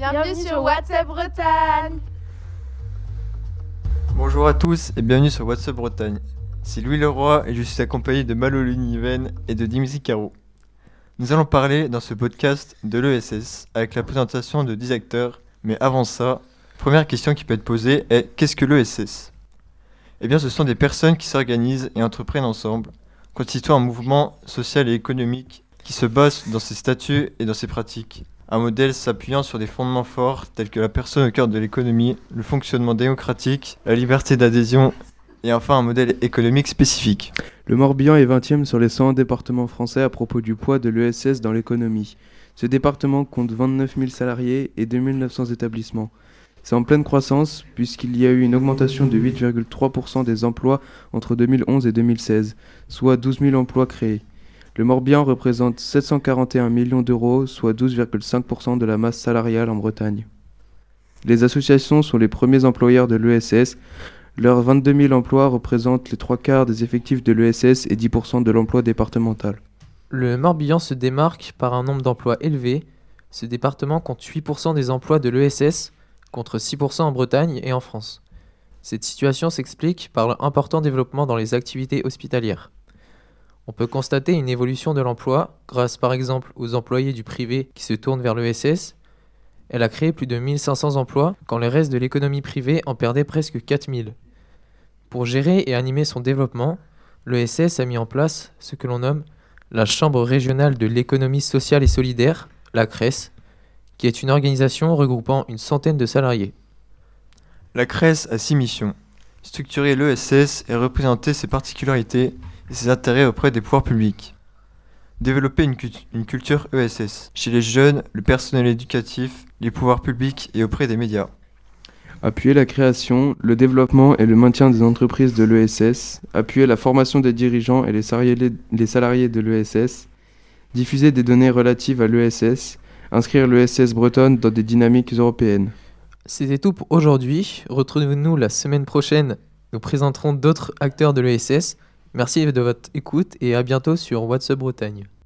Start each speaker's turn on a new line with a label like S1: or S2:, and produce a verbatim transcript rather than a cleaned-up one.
S1: Bienvenue sur WhatsApp Bretagne.
S2: Bonjour à tous et bienvenue sur WhatsApp Bretagne. C'est Louis Leroy et je suis accompagné de Malolou Niven et de Dimitri Caro. Nous allons parler dans ce podcast de l'E S S avec la présentation de dix acteurs. Mais avant ça, première question qui peut être posée est qu'est-ce que l'E S S ? Eh bien ce sont des personnes qui s'organisent et entreprennent ensemble, constituant un mouvement social et économique qui se base dans ses statuts et dans ses pratiques. Un modèle s'appuyant sur des fondements forts tels que la personne au cœur de l'économie, le fonctionnement démocratique, la liberté d'adhésion et enfin un modèle économique spécifique.
S3: Le Morbihan est vingtième sur les cent un départements français à propos du poids de l'E S S dans l'économie. Ce département compte vingt-neuf mille salariés et deux mille neuf cents établissements. C'est en pleine croissance puisqu'il y a eu une augmentation de huit virgule trois pour cent des emplois entre deux mille onze et deux mille seize, soit douze mille emplois créés. Le Morbihan représente sept cent quarante et un millions d'euros, soit douze virgule cinq pour cent de la masse salariale en Bretagne. Les associations sont les premiers employeurs de l'E S S. Leurs vingt-deux mille emplois représentent les trois quarts des effectifs de l'E S S et dix pour cent de l'emploi départemental.
S4: Le Morbihan se démarque par un nombre d'emplois élevé. Ce département compte huit pour cent des emplois de l'E S S, contre six pour cent en Bretagne et en France. Cette situation s'explique par l'important développement dans les activités hospitalières. On peut constater une évolution de l'emploi grâce par exemple aux employés du privé qui se tournent vers l'E S S. Elle a créé plus de mille cinq cents emplois quand le reste de l'économie privée en perdait presque quatre mille. Pour gérer et animer son développement, l'E S S a mis en place ce que l'on nomme la Chambre régionale de l'économie sociale et solidaire, la C R E S, qui est une organisation regroupant une centaine de salariés.
S2: La C R E S a six missions. Structurer l'E S S et représenter ses particularités et ses intérêts auprès des pouvoirs publics. Développer une, cu- une culture E S S chez les jeunes, le personnel éducatif, les pouvoirs publics et auprès des médias.
S3: Appuyer la création, le développement et le maintien des entreprises de l'E S S. Appuyer la formation des dirigeants et les salariés, les salariés de l'E S S. Diffuser des données relatives à l'E S S. Inscrire l'E S S bretonne dans des dynamiques européennes.
S4: C'était tout pour aujourd'hui. Retrouvez-nous la semaine prochaine. Nous présenterons d'autres acteurs de l'E S S. Merci de votre écoute et à bientôt sur WhatsApp Bretagne.